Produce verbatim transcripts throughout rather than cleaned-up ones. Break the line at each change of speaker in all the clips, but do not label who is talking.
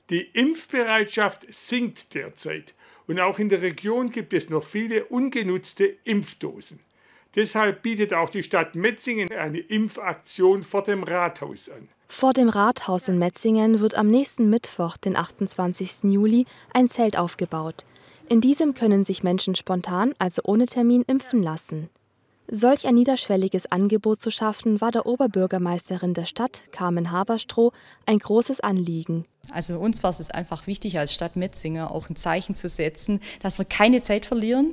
Die Impfbereitschaft sinkt derzeit und auch in der Region gibt es noch viele ungenutzte Impfdosen. Deshalb bietet auch die Stadt Metzingen eine Impfaktion vor dem Rathaus an.
Vor dem Rathaus in Metzingen wird am nächsten Mittwoch, den achtundzwanzigsten Juli, ein Zelt aufgebaut. In diesem können sich Menschen spontan, also ohne Termin, impfen lassen. Solch ein niederschwelliges Angebot zu schaffen, war der Oberbürgermeisterin der Stadt, Carmen Haberstroh, ein großes Anliegen.
Also uns war es einfach wichtig, als Stadt Metzingen auch ein Zeichen zu setzen, dass wir keine Zeit verlieren,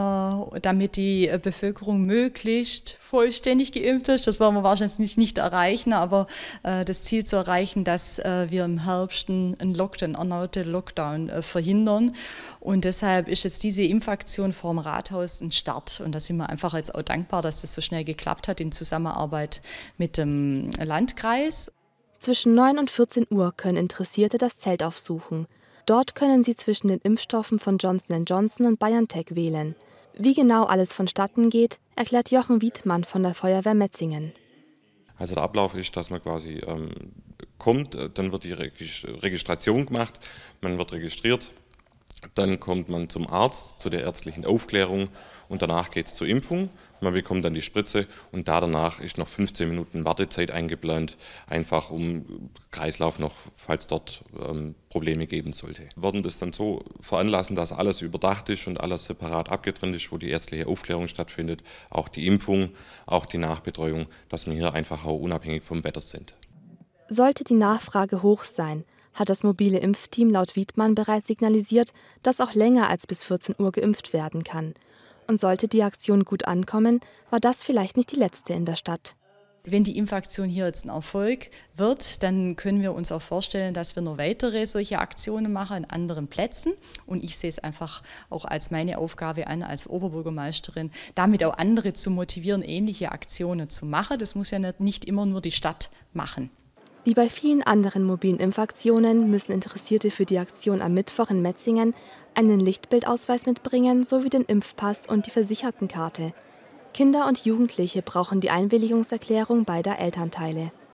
äh, damit die Bevölkerung möglichst vollständig geimpft ist. Das wollen wir wahrscheinlich nicht, nicht erreichen, aber äh, das Ziel zu erreichen, dass äh, wir im Herbst einen Lockdown, einen erneuten Lockdown äh, verhindern. Und deshalb ist jetzt diese Impfaktion vor dem Rathaus ein Start. Und da sind wir einfach jetzt auch dankbar, dass das so schnell geklappt hat in Zusammenarbeit mit dem Landkreis.
Zwischen neun und vierzehn Uhr können Interessierte das Zelt aufsuchen. Dort können sie zwischen den Impfstoffen von Johnson and Johnson und BioNTech wählen. Wie genau alles vonstatten geht, erklärt Jochen Wiedmann von der Feuerwehr Metzingen.
Also der Ablauf ist, dass man quasi ähm, kommt, dann wird die Registration gemacht, man wird registriert, dann kommt man zum Arzt, zu der ärztlichen Aufklärung und danach geht es zur Impfung. Man bekommt dann die Spritze und da danach ist noch fünfzehn Minuten Wartezeit eingeplant, einfach um Kreislauf noch, falls dort ähm, Probleme geben sollte. Wir werden das dann so veranlassen, dass alles überdacht ist und alles separat abgetrennt ist, wo die ärztliche Aufklärung stattfindet, auch die Impfung, auch die Nachbetreuung, dass wir hier einfach auch unabhängig vom Wetter sind.
Sollte die Nachfrage hoch sein, hat das mobile Impfteam laut Wiedmann bereits signalisiert, dass auch länger als bis vierzehn Uhr geimpft werden kann. Und sollte die Aktion gut ankommen, war das vielleicht nicht die letzte in der Stadt.
Wenn die Impfaktion hier jetzt ein Erfolg wird, dann können wir uns auch vorstellen, dass wir noch weitere solche Aktionen machen an anderen Plätzen. Und ich sehe es einfach auch als meine Aufgabe an, als Oberbürgermeisterin, damit auch andere zu motivieren, ähnliche Aktionen zu machen. Das muss ja nicht immer nur die Stadt machen.
Wie bei vielen anderen mobilen Impfaktionen müssen Interessierte für die Aktion am Mittwoch in Metzingen einen Lichtbildausweis mitbringen sowie den Impfpass und die Versichertenkarte. Kinder und Jugendliche brauchen die Einwilligungserklärung beider Elternteile.